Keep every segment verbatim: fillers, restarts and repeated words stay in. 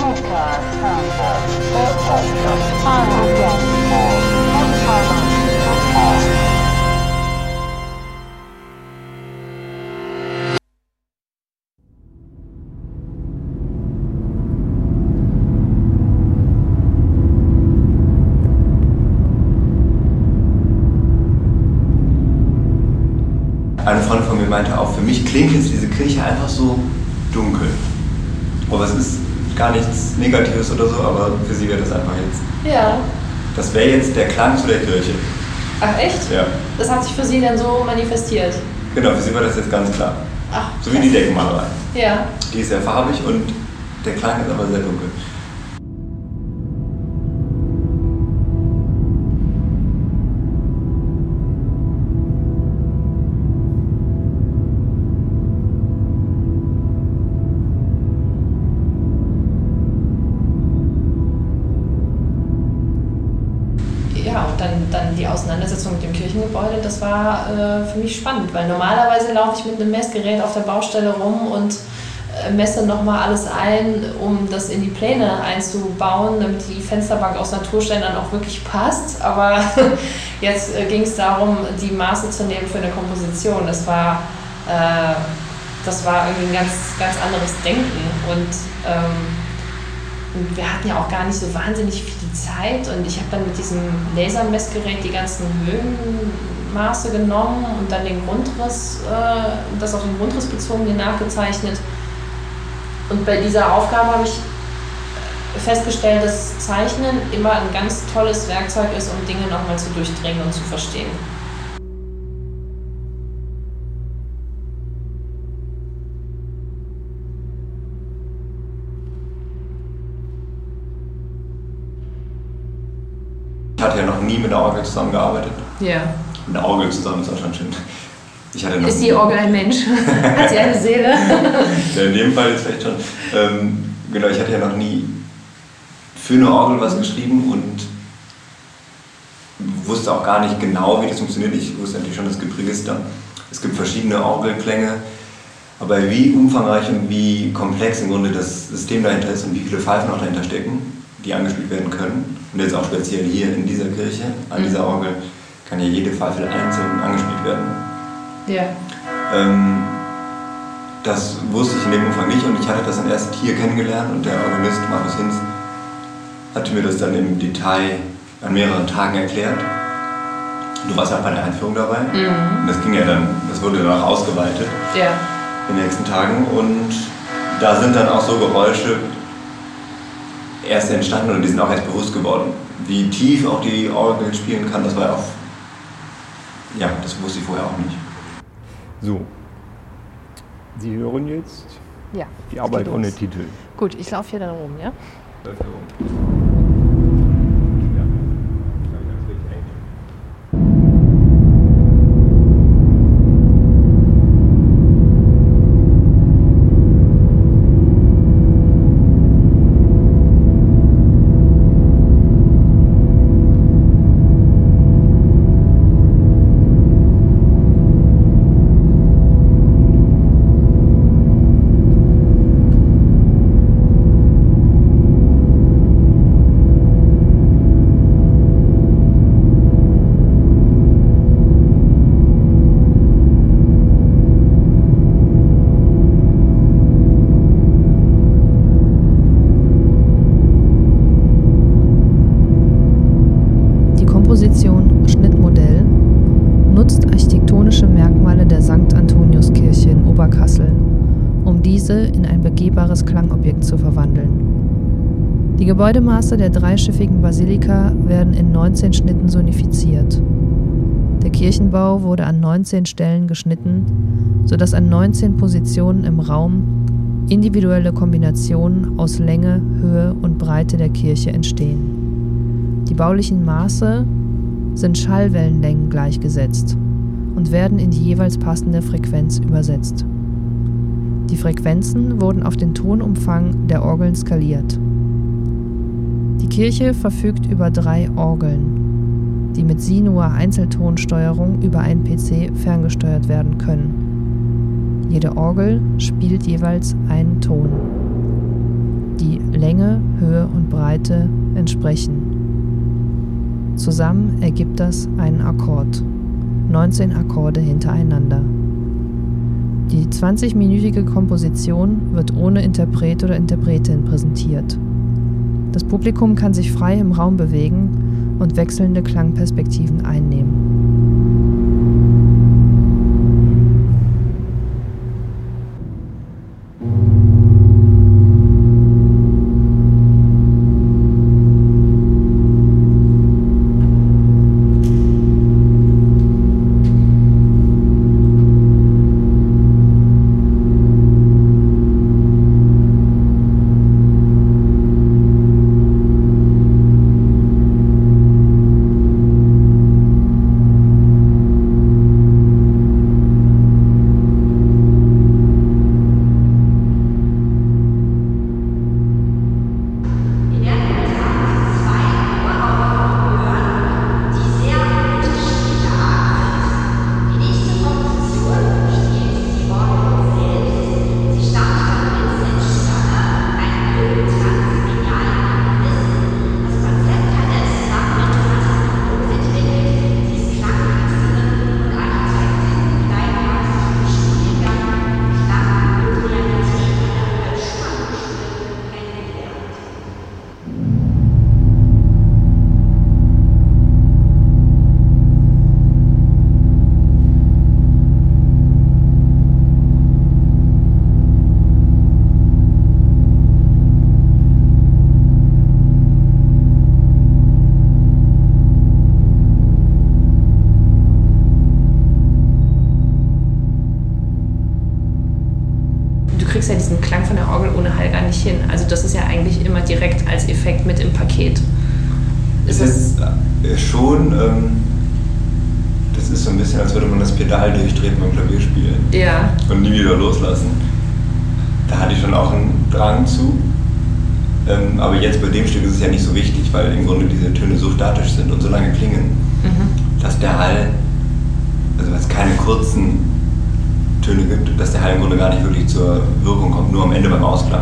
Eine Freundin von mir meinte auch, für mich klingt jetzt diese Kirche einfach so dunkel. Aber es ist gar nichts Negatives oder so, aber für sie wäre das einfach jetzt. Ja. Das wäre jetzt der Klang zu der Kirche. Ach echt? Ja. Das hat sich für sie dann so manifestiert? Genau, für sie war das jetzt ganz klar. Ach. So wie die Deckenmalerei. Ja. Die ist sehr farbig und der Klang ist aber sehr dunkel. Ja, und dann, dann die Auseinandersetzung mit dem Kirchengebäude, das war äh, für mich spannend, weil normalerweise laufe ich mit einem Messgerät auf der Baustelle rum und äh, messe nochmal alles ein, um das in die Pläne einzubauen, damit die Fensterbank aus Natursteinen auch wirklich passt. Aber jetzt äh, ging es darum, die Maße zu nehmen für eine Komposition. Das war, äh, das war irgendwie ein ganz, ganz anderes Denken und ähm, Und wir hatten ja auch gar nicht so wahnsinnig viel Zeit und ich habe dann mit diesem Lasermessgerät die ganzen Höhenmaße genommen und dann den Grundriss, äh, das auf den Grundriss bezogen, den nachgezeichnet. Und bei dieser Aufgabe habe ich festgestellt, dass Zeichnen immer ein ganz tolles Werkzeug ist, um Dinge nochmal zu durchdringen und zu verstehen. Ich hatte ja noch nie mit der Orgel zusammengearbeitet. Ja. Mit der Orgel zusammen ist auch schon schön. Ich hatte noch ist die Orgel ein Mensch? Hat sie eine Seele? Ja, in dem Fall jetzt vielleicht schon. Ähm, genau, ich hatte ja noch nie für eine Orgel was geschrieben und wusste auch gar nicht genau, wie das funktioniert. Ich wusste natürlich schon, es gibt Register, es gibt verschiedene Orgelklänge, aber wie umfangreich und wie komplex im Grunde das System dahinter ist und wie viele Pfeifen auch dahinter stecken, die angespielt werden können. Und jetzt auch speziell hier in dieser Kirche, an dieser Orgel, kann ja jede Pfeife einzeln angespielt werden. Ja. Ähm, das wusste ich in dem Umfang nicht und ich hatte das dann erst hier kennengelernt und der Organist Markus Hinz hatte mir das dann im Detail an mehreren Tagen erklärt. Du warst ja auch bei der Einführung dabei. Mhm. Und das ging ja dann, das wurde dann auch ausgeweitet Ja. in den nächsten Tagen und da sind dann auch so Geräusche erst entstanden und die sind auch erst bewusst geworden. Wie tief auch die Orgel spielen kann, das war ja auch, ja, das wusste ich vorher auch nicht. So, Sie hören jetzt Ja, die Arbeit geht ohne los. Titel. Gut, ich laufe hier dann rum, ja? Läuft hier rum. Ja, kann ich ganz richtig einnehmen. Komposition Schnittmodell nutzt architektonische Merkmale der Sankt Antoniuskirche in Oberkassel, um diese in ein begehbares Klangobjekt zu verwandeln. Die Gebäudemaße der dreischiffigen Basilika werden in neunzehn Schnitten sonifiziert. Der Kirchenbau wurde an neunzehn Stellen geschnitten, sodass an neunzehn Positionen im Raum individuelle Kombinationen aus Länge, Höhe und Breite der Kirche entstehen. Die baulichen Maße sind Schallwellenlängen gleichgesetzt und werden in die jeweils passende Frequenz übersetzt. Die Frequenzen wurden auf den Tonumfang der Orgeln skaliert. Die Kirche verfügt über drei Orgeln, die mit Sinua-Einzeltonsteuerung über einen P C ferngesteuert werden können. Jede Orgel spielt jeweils einen Ton. die Länge, Höhe und Breite entsprechen. Zusammen ergibt das einen Akkord, neunzehn Akkorde hintereinander. Die zwanzigminütige Komposition wird ohne Interpret oder Interpretin präsentiert. Das Publikum kann sich frei im Raum bewegen und wechselnde Klangperspektiven einnehmen. kriegst ja diesen Klang von der Orgel ohne Hall gar nicht hin. Also das ist ja eigentlich immer direkt als Effekt mit im Paket. Ist es ist äh, schon, ähm, das ist so ein bisschen, als würde man das Pedal durchtreten beim Klavierspielen. Ja. Und nie wieder loslassen. Da hatte ich schon auch einen Drang zu. Ähm, aber jetzt bei dem Stück ist es ja nicht so wichtig, weil im Grunde diese Töne so statisch sind und so lange klingen, mhm. dass der Hall, also weil es keine kurzen Töne gibt, dass der Hall im Grunde gar nicht wirklich zur Wirkung kommt, nur am Ende beim Ausklang.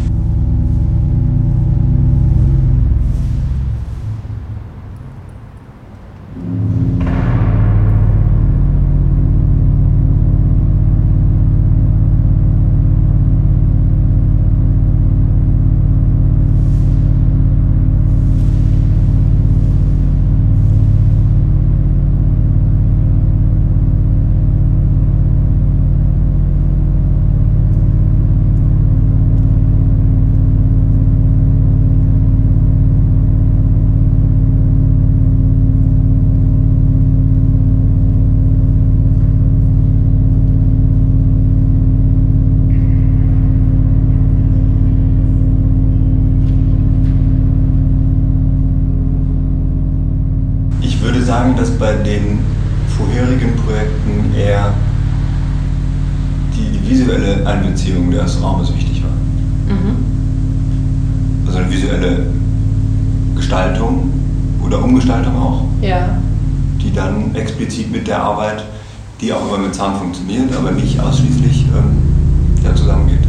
Ich würde sagen, dass bei den vorherigen Projekten eher die, die visuelle Einbeziehung des Raumes wichtig war. Mhm. Also eine visuelle Gestaltung oder Umgestaltung auch, ja. Die dann explizit mit der Arbeit, die auch immer mit Sound funktioniert, aber nicht ausschließlich ähm, ja, zusammengeht.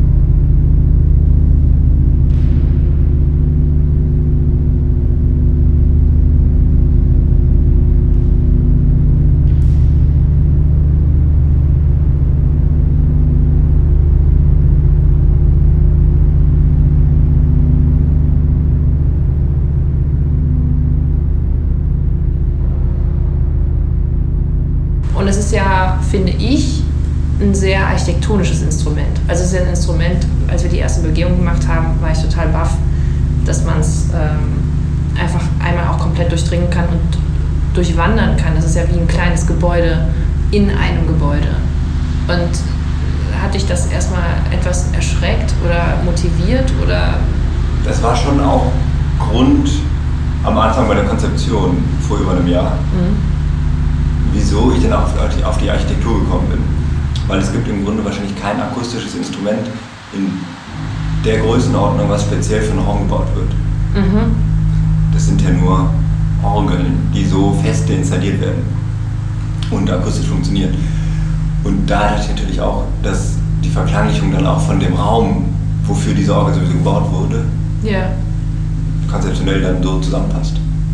Und es ist ja, finde ich, ein sehr architektonisches Instrument. Also es ist ja ein Instrument, als wir die erste Begehung gemacht haben, war ich total baff, dass man es ähm, einfach einmal auch komplett durchdringen kann und durchwandern kann. Das ist ja wie ein kleines Gebäude in einem Gebäude. Und hat dich das erstmal etwas erschreckt oder motiviert? Oder? Das war schon auch Grund am Anfang bei der Konzeption vor über einem Jahr. Mhm. Wieso ich denn auf die, auf die Architektur gekommen bin. Weil es gibt im Grunde wahrscheinlich kein akustisches Instrument in der Größenordnung, was speziell für einen Raum gebaut wird. Mhm. Das sind ja nur Orgeln, die so fest installiert werden und akustisch funktionieren. Und da dachte ich natürlich auch, dass die Verklanglichung dann auch von dem Raum wofür diese Orgel sowieso gebaut wurde, Ja. konzeptionell dann so zusammenpasst.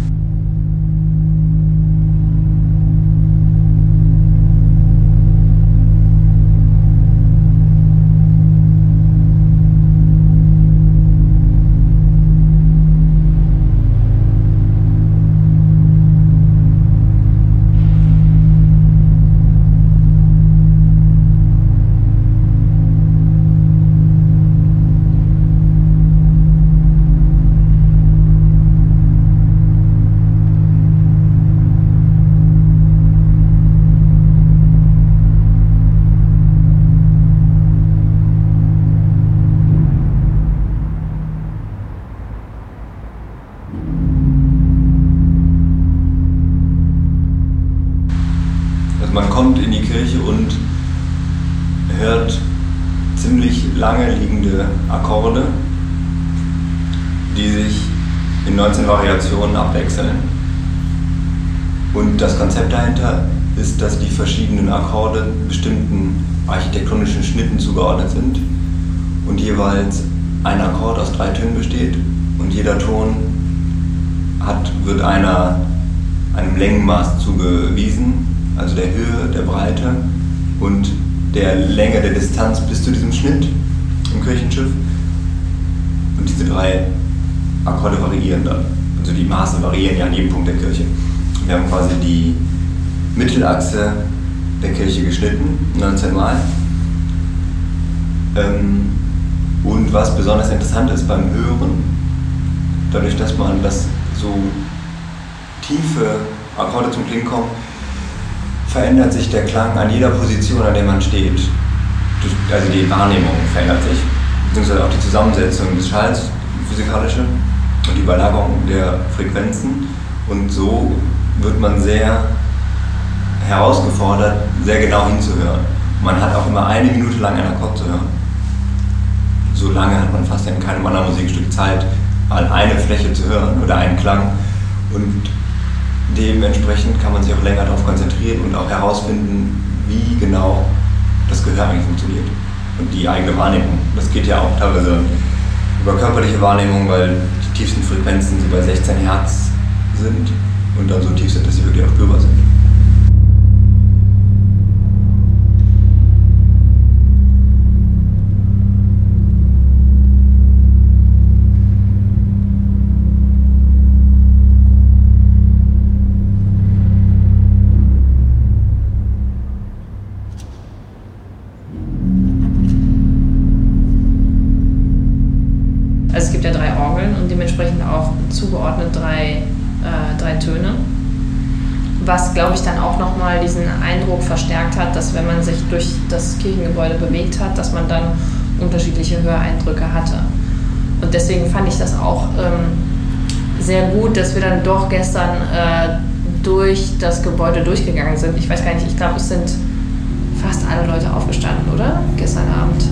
Man kommt in die Kirche und hört ziemlich lange liegende Akkorde, die sich in neunzehn Variationen abwechseln. Und das Konzept dahinter ist, dass die verschiedenen Akkorde bestimmten architektonischen Schnitten zugeordnet sind und jeweils ein Akkord aus drei Tönen besteht und jeder Ton hat, wird einer, einem Längenmaß zugewiesen, also der Höhe, der Breite und der Länge der Distanz bis zu diesem Schnitt im Kirchenschiff. Und diese drei Akkorde variieren dann. Also die Maße variieren ja an jedem Punkt der Kirche. Wir haben quasi die Mittelachse der Kirche geschnitten, neunzehn Mal. Ähm, und was besonders interessant ist beim Hören, dadurch, dass man das so tiefe Akkorde zum Klingen kommen, verändert sich der Klang an jeder Position, an der man steht. Also die Wahrnehmung verändert sich, beziehungsweise auch die Zusammensetzung des Schalls, die physikalische und die Überlagerung der Frequenzen. Und so wird man sehr herausgefordert, sehr genau hinzuhören. Man hat auch immer eine Minute lang einen Akkord zu hören. So lange hat man fast in keinem anderen Musikstück Zeit, mal eine Fläche zu hören oder einen Klang. Und dementsprechend kann man sich auch länger darauf konzentrieren und auch herausfinden, wie genau das Gehör eigentlich funktioniert. Und die eigene Wahrnehmung. Das geht ja auch teilweise über körperliche Wahrnehmung, weil die tiefsten Frequenzen so bei sechzehn Hertz sind und dann so tief sind, dass sie wirklich auch spürbar sind. Also es gibt ja drei Orgeln und dementsprechend auch zugeordnet drei, äh, drei Töne. Was, glaube ich, dann auch nochmal diesen Eindruck verstärkt hat, dass wenn man sich durch das Kirchengebäude bewegt hat, dass man dann unterschiedliche Höreindrücke hatte. Und deswegen fand ich das auch ähm, sehr gut, dass wir dann doch gestern äh, durch das Gebäude durchgegangen sind. Ich weiß gar nicht, ich glaube, es sind fast alle Leute aufgestanden, oder? Gestern Abend.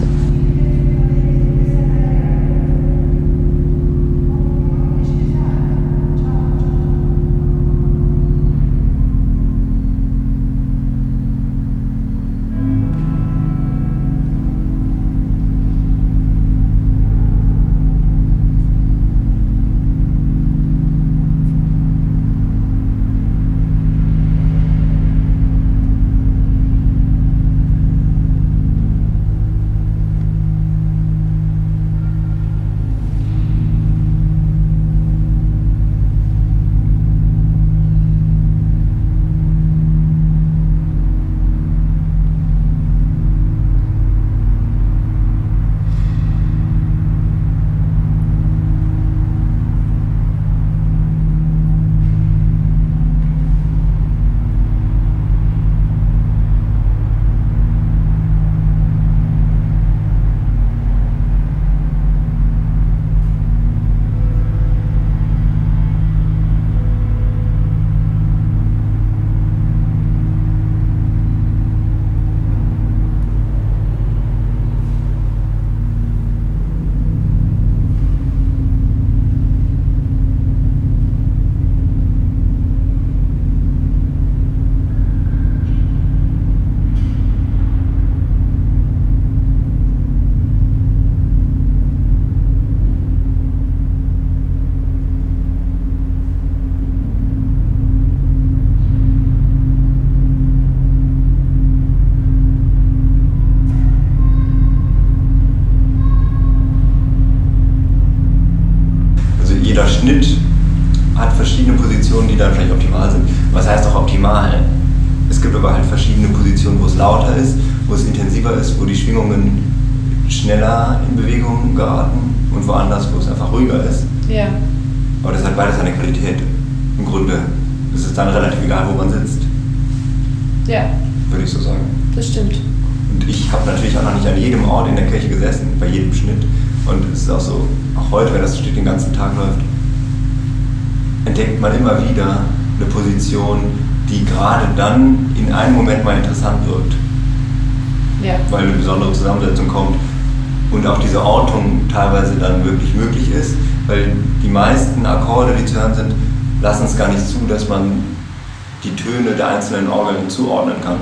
jeder Schnitt hat verschiedene Positionen, die dann vielleicht optimal sind. Was heißt auch optimal? Es gibt aber halt verschiedene Positionen, wo es lauter ist, wo es intensiver ist, wo die Schwingungen schneller in Bewegung geraten und woanders, wo es einfach ruhiger ist. Ja. Aber das hat beides eine Qualität. Im Grunde ist es dann relativ egal, wo man sitzt. Ja. Würde ich so sagen. Das stimmt. Und ich habe natürlich auch noch nicht an jedem Ort in der Kirche gesessen, bei jedem Schnitt. Und es ist auch so, auch heute, wenn das Schnitt den ganzen Tag läuft, entdeckt man immer wieder eine Position, die gerade dann in einem Moment mal interessant wirkt. Ja. Weil eine besondere Zusammensetzung kommt und auch diese Ortung teilweise dann wirklich möglich ist, weil die meisten Akkorde, die zu hören sind, lassen es gar nicht zu, dass man die Töne der einzelnen Orgeln zuordnen kann.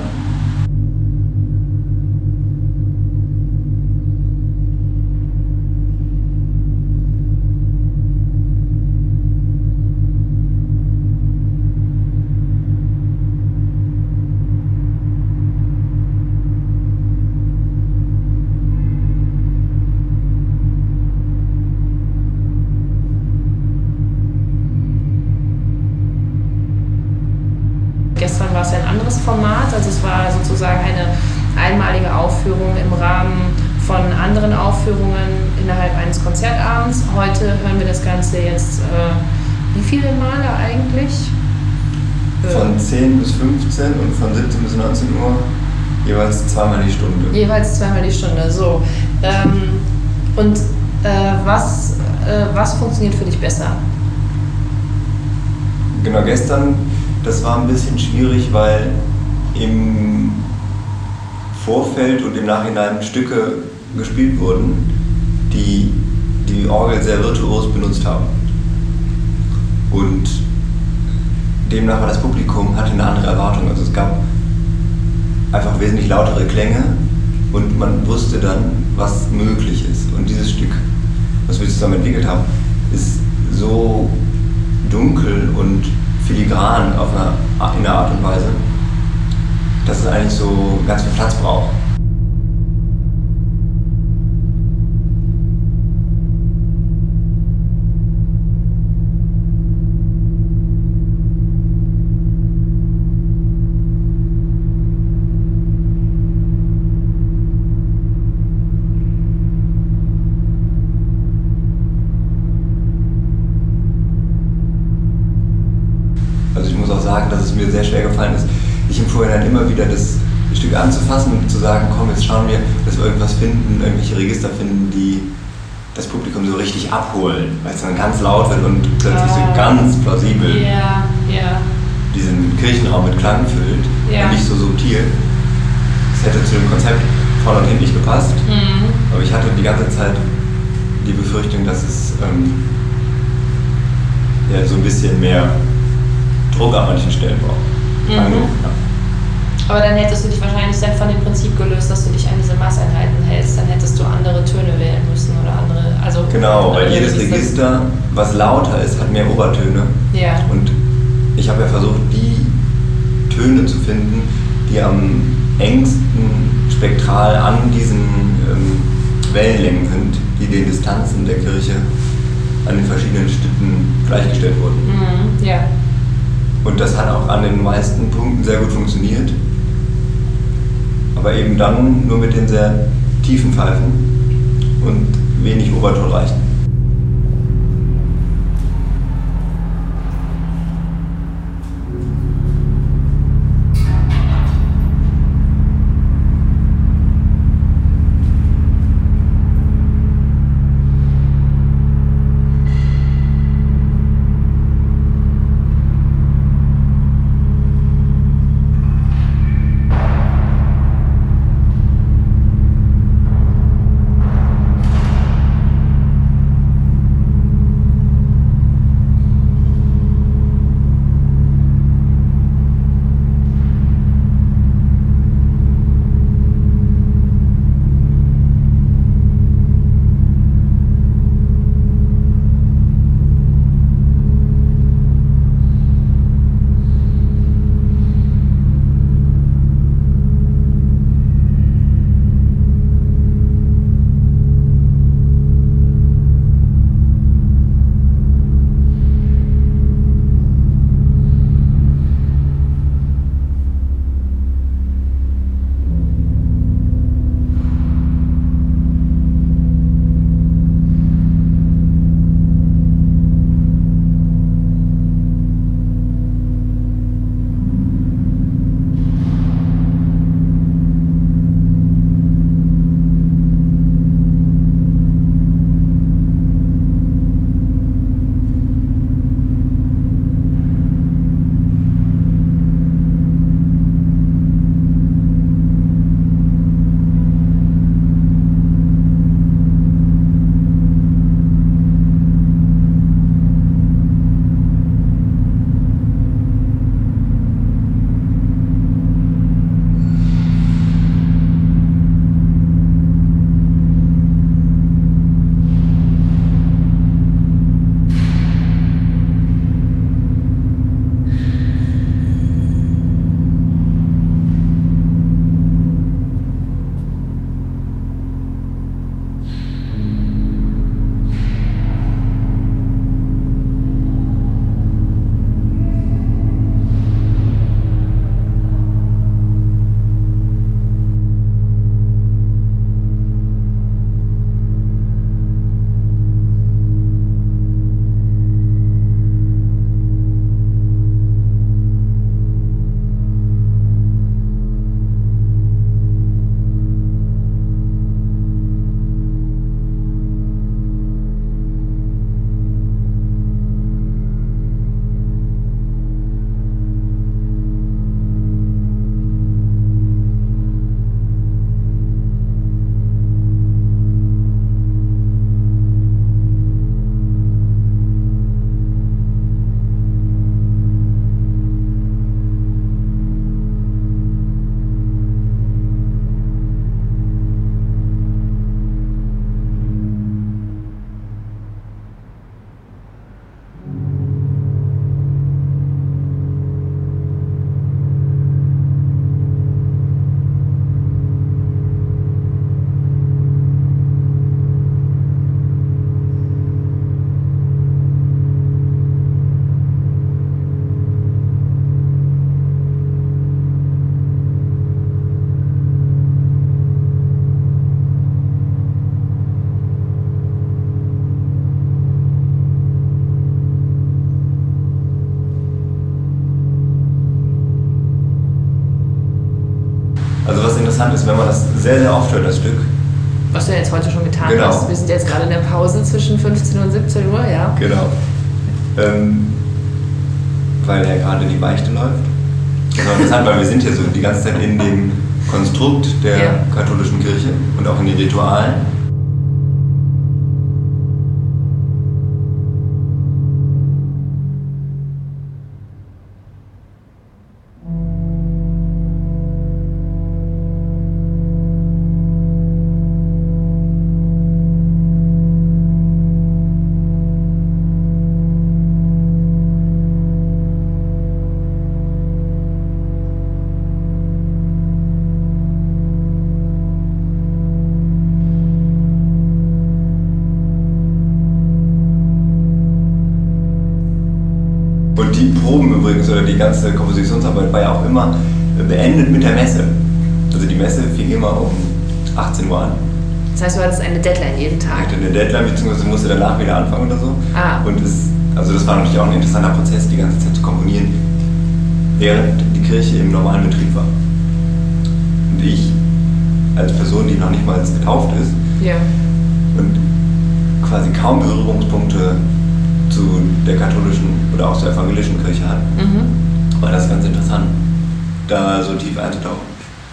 Gestern war es ja ein anderes Format, also es war sozusagen eine einmalige Aufführung im Rahmen von anderen Aufführungen innerhalb eines Konzertabends. Heute hören wir das Ganze jetzt, äh, wie viele Male eigentlich? Von zehn bis fünfzehn und von siebzehn bis neunzehn Uhr jeweils zweimal die Stunde. Jeweils zweimal die Stunde, so. Ähm, und äh, was, äh, was funktioniert für dich besser? Genau, gestern, das war ein bisschen schwierig, weil im Vorfeld und im Nachhinein Stücke gespielt wurden, die die Orgel sehr virtuos benutzt haben. Und demnach war das Publikum, hatte eine andere Erwartung. Also es gab einfach wesentlich lautere Klänge und man wusste dann, was möglich ist. Und dieses Stück, was wir zusammen entwickelt haben, ist so dunkel und filigran auf eine, in einer Art und Weise, dass es eigentlich so ganz viel Platz braucht. Also ich muss auch sagen, dass es mir sehr schwer gefallen ist, ich im Vorhinein immer wieder das Stück anzufassen und zu sagen, komm, jetzt schauen wir, dass wir irgendwas finden, irgendwelche Register finden, die das Publikum so richtig abholen, weil es dann ganz laut wird und plötzlich so ganz plausibel Ja, ja. diesen Kirchenraum mit Klang füllt Ja. und nicht so subtil. Das hätte zu dem Konzept vorne und hinten nicht gepasst, Mhm. aber ich hatte die ganze Zeit die Befürchtung, dass es ähm, ja, so ein bisschen mehr Druck an manchen Stellen braucht. Mhm. Also, ja. Aber dann hättest du dich wahrscheinlich dann von dem Prinzip gelöst, dass du dich an diese Maßeinheiten hältst. Dann hättest du andere Töne wählen müssen oder andere. Also Genau, weil andere jedes Register, was lauter ist, hat mehr Obertöne. Ja. Und ich habe ja versucht, die Töne zu finden, die am engsten spektral an diesen ähm, Wellenlängen sind, die den Distanzen der Kirche an den verschiedenen Stücken gleichgestellt wurden. Mhm. Ja. Und das hat auch an den meisten Punkten sehr gut funktioniert. Aber eben dann nur mit den sehr tiefen Pfeifen und wenig Obertonreichen. wenn man das sehr, sehr oft hört, das Stück. Was du ja jetzt heute schon getan Genau. hast. Wir sind jetzt gerade in der Pause zwischen fünfzehn und siebzehn Uhr, ja. Genau. Ähm, weil er gerade die Beichte läuft. Das ist interessant, weil wir sind hier so die ganze Zeit in dem Konstrukt der Ja. katholischen Kirche und auch in den Ritualen. Und die Proben übrigens, oder die ganze Kompositionsarbeit war ja auch immer beendet mit der Messe. Also die Messe fing immer um achtzehn Uhr an. Das heißt, du hattest eine Deadline jeden Ich Tag. hatte eine Deadline, beziehungsweise musste danach wieder anfangen oder so. Ah. Und es, also das war natürlich auch ein interessanter Prozess, die ganze Zeit zu komponieren, während die Kirche im normalen Betrieb war. Und ich, als Person, die noch nicht mal getauft ist Ja. und quasi kaum Berührungspunkte zu der katholischen oder auch zur evangelischen Kirche hat, Mhm. war das ganz interessant, da so tief einzutauchen.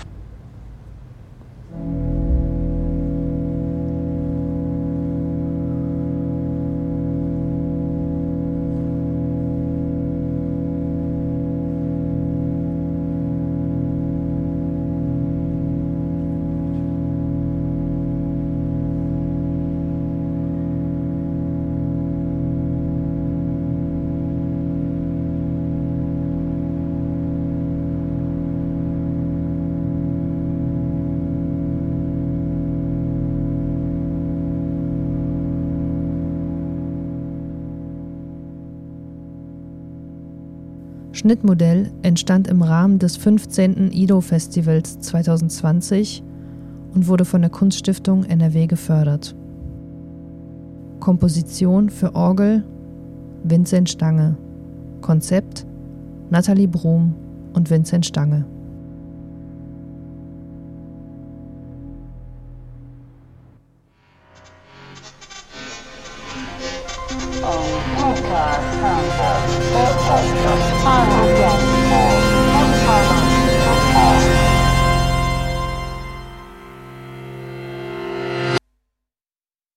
Schnittmodell entstand im Rahmen des fünfzehnten I D O-Festivals zweitausendzwanzig und wurde von der Kunststiftung N R W gefördert. Komposition für Orgel Vincent Stange. Konzept Nathalie Brum und Vincent Stange. Oh, podcast, podcast, podcast, podcast.